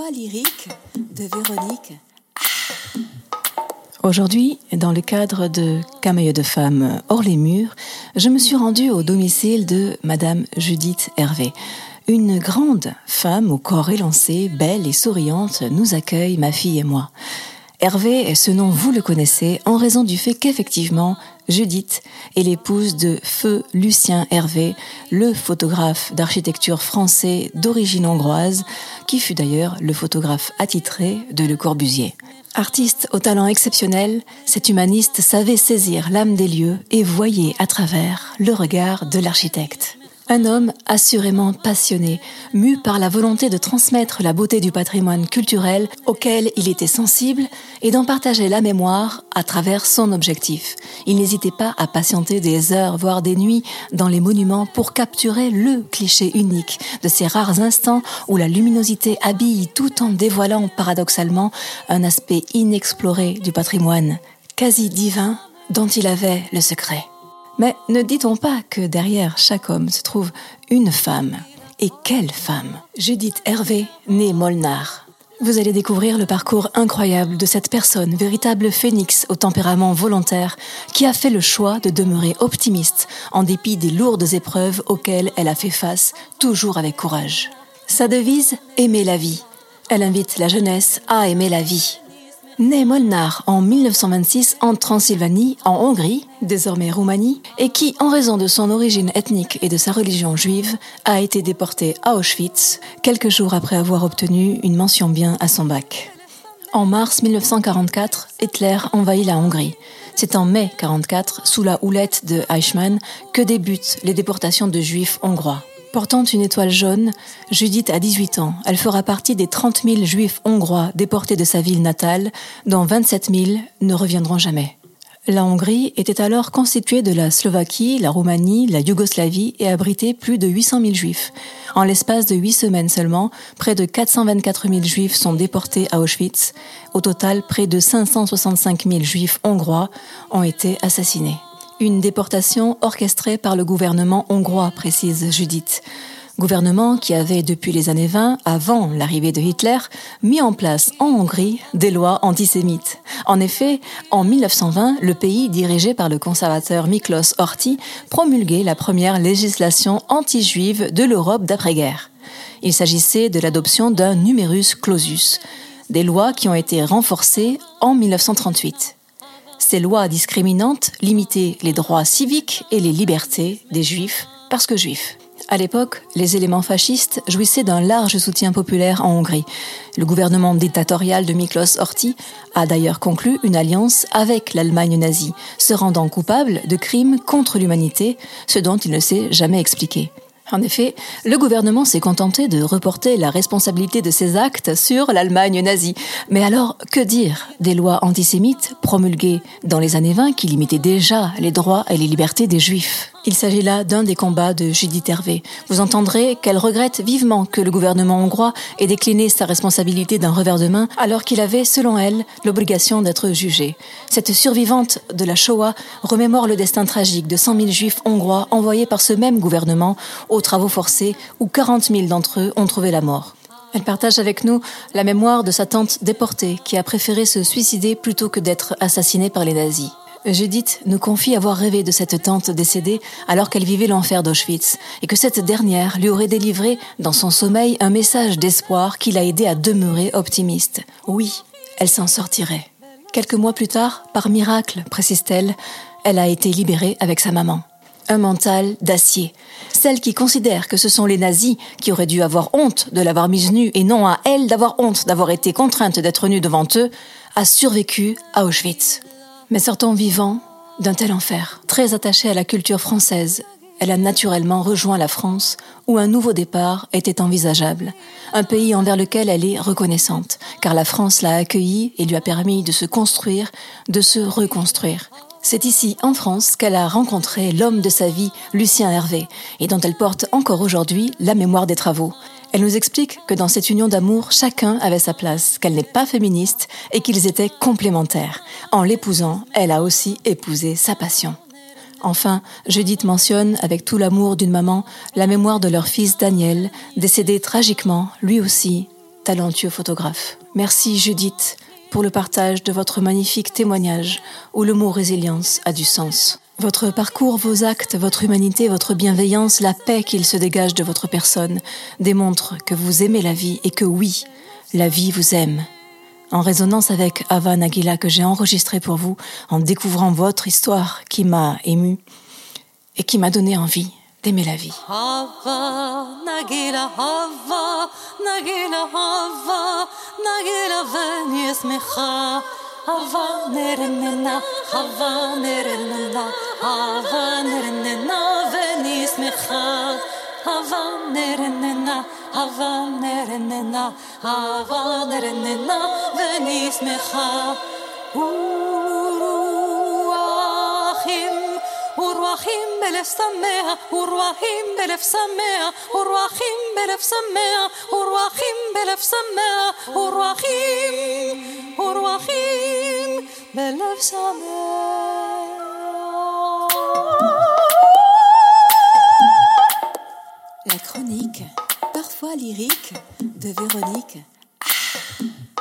voix lyrique de Véronique. Aujourd'hui, dans le cadre de Cameuille de femmes hors les murs, je me suis rendue au domicile de Madame Judith Hervé. Une grande femme au corps élancé, belle et souriante, nous accueille, ma fille et moi. Hervé, ce nom vous le connaissez en raison du fait qu'effectivement, Judith est l'épouse de feu Lucien Hervé, le photographe d'architecture français d'origine hongroise, qui fut d'ailleurs le photographe attitré de Le Corbusier. Artiste au talent exceptionnel, cet humaniste savait saisir l'âme des lieux et voyait à travers le regard de l'architecte. Un homme assurément passionné, mu par la volonté de transmettre la beauté du patrimoine culturel auquel il était sensible et d'en partager la mémoire à travers son objectif. Il n'hésitait pas à patienter des heures, voire des nuits, dans les monuments pour capturer le cliché unique de ces rares instants où la luminosité habille tout en dévoilant paradoxalement un aspect inexploré du patrimoine, quasi divin, dont il avait le secret. Mais ne dit-on pas que derrière chaque homme se trouve une femme? Et quelle femme? Judith Hervé, née Molnar. Vous allez découvrir le parcours incroyable de cette personne, véritable phénix au tempérament volontaire, qui a fait le choix de demeurer optimiste en dépit des lourdes épreuves auxquelles elle a fait face, toujours avec courage. Sa devise, aimer la vie. Elle invite la jeunesse à aimer la vie. Née Molnar en 1926 en Transylvanie, en Hongrie, désormais Roumanie, et qui, en raison de son origine ethnique et de sa religion juive, a été déportée à Auschwitz, quelques jours après avoir obtenu une mention bien à son bac. En mars 1944, Hitler envahit la Hongrie. C'est en mai 1944, sous la houlette de Eichmann, que débutent les déportations de juifs hongrois. Portant une étoile jaune, Judith a 18 ans. Elle fera partie des 30 000 juifs hongrois déportés de sa ville natale, dont 27 000 ne reviendront jamais. La Hongrie était alors constituée de la Slovaquie, la Roumanie, la Yougoslavie et abritait plus de 800 000 juifs. En l'espace de 8 semaines seulement, près de 424 000 juifs sont déportés à Auschwitz. Au total, près de 565 000 juifs hongrois ont été assassinés. Une déportation orchestrée par le gouvernement hongrois, précise Judith. Gouvernement qui avait, depuis les années 20, avant l'arrivée de Hitler, mis en place en Hongrie des lois antisémites. En effet, en 1920, le pays, dirigé par le conservateur Miklos Horthy, promulguait la première législation anti-juive de l'Europe d'après-guerre. Il s'agissait de l'adoption d'un numerus clausus, des lois qui ont été renforcées en 1938. Ces lois discriminantes limitaient les droits civiques et les libertés des juifs parce que juifs. À l'époque, les éléments fascistes jouissaient d'un large soutien populaire en Hongrie. Le gouvernement dictatorial de Miklos Horthy a d'ailleurs conclu une alliance avec l'Allemagne nazie, se rendant coupable de crimes contre l'humanité, ce dont il ne s'est jamais expliqué. En effet, le gouvernement s'est contenté de reporter la responsabilité de ses actes sur l'Allemagne nazie. Mais alors, que dire des lois antisémites promulguées dans les années 20 qui limitaient déjà les droits et les libertés des Juifs? Il s'agit là d'un des combats de Judith Hervé. Vous entendrez qu'elle regrette vivement que le gouvernement hongrois ait décliné sa responsabilité d'un revers de main alors qu'il avait, selon elle, l'obligation d'être jugé. Cette survivante de la Shoah remémore le destin tragique de 100 000 Juifs hongrois envoyés par ce même gouvernement aux travaux forcés où 40 000 d'entre eux ont trouvé la mort. Elle partage avec nous la mémoire de sa tante déportée qui a préféré se suicider plutôt que d'être assassinée par les nazis. Judith nous confie avoir rêvé de cette tante décédée alors qu'elle vivait l'enfer d'Auschwitz et que cette dernière lui aurait délivré dans son sommeil un message d'espoir qui l'a aidée à demeurer optimiste. Oui, elle s'en sortirait. Quelques mois plus tard, par miracle, précise-t-elle, elle a été libérée avec sa maman. Un mental d'acier. Celle qui considère que ce sont les nazis qui auraient dû avoir honte de l'avoir mise nue et non à elle d'avoir honte d'avoir été contrainte d'être nue devant eux, a survécu à Auschwitz. Mais sortant vivant d'un tel enfer, très attachée à la culture française, elle a naturellement rejoint la France où un nouveau départ était envisageable. Un pays envers lequel elle est reconnaissante, car la France l'a accueillie et lui a permis de se construire, de se reconstruire. C'est ici, en France, qu'elle a rencontré l'homme de sa vie, Lucien Hervé, et dont elle porte encore aujourd'hui la mémoire des travaux. Elle nous explique que dans cette union d'amour, chacun avait sa place, qu'elle n'est pas féministe et qu'ils étaient complémentaires. En l'épousant, elle a aussi épousé sa passion. Enfin, Judith mentionne, avec tout l'amour d'une maman, la mémoire de leur fils Daniel, décédé tragiquement, lui aussi, talentueux photographe. Merci Judith pour le partage de votre magnifique témoignage où le mot résilience a du sens. Votre parcours, vos actes, votre humanité, votre bienveillance, la paix qu'il se dégage de votre personne démontrent que vous aimez la vie et que oui, la vie vous aime. En résonance avec Ava Nagila que j'ai enregistré pour vous, en découvrant votre histoire qui m'a émue et qui m'a donné envie d'aimer la vie. Ava Nagila, Ava Nagila, Ava Nagila, veni smecha. Ava nerenena, Ava nerenena, Ava nerenena, veni smecha. Ava nerenena, Ava nerenena, Ava nerenena, veni smecha. Urwachim belef sameach, urwachim belef sameach, urwachim belef sameach, urwachim belef sameach, urwachim belef sameach. La chronique, parfois lyrique, de Véronique.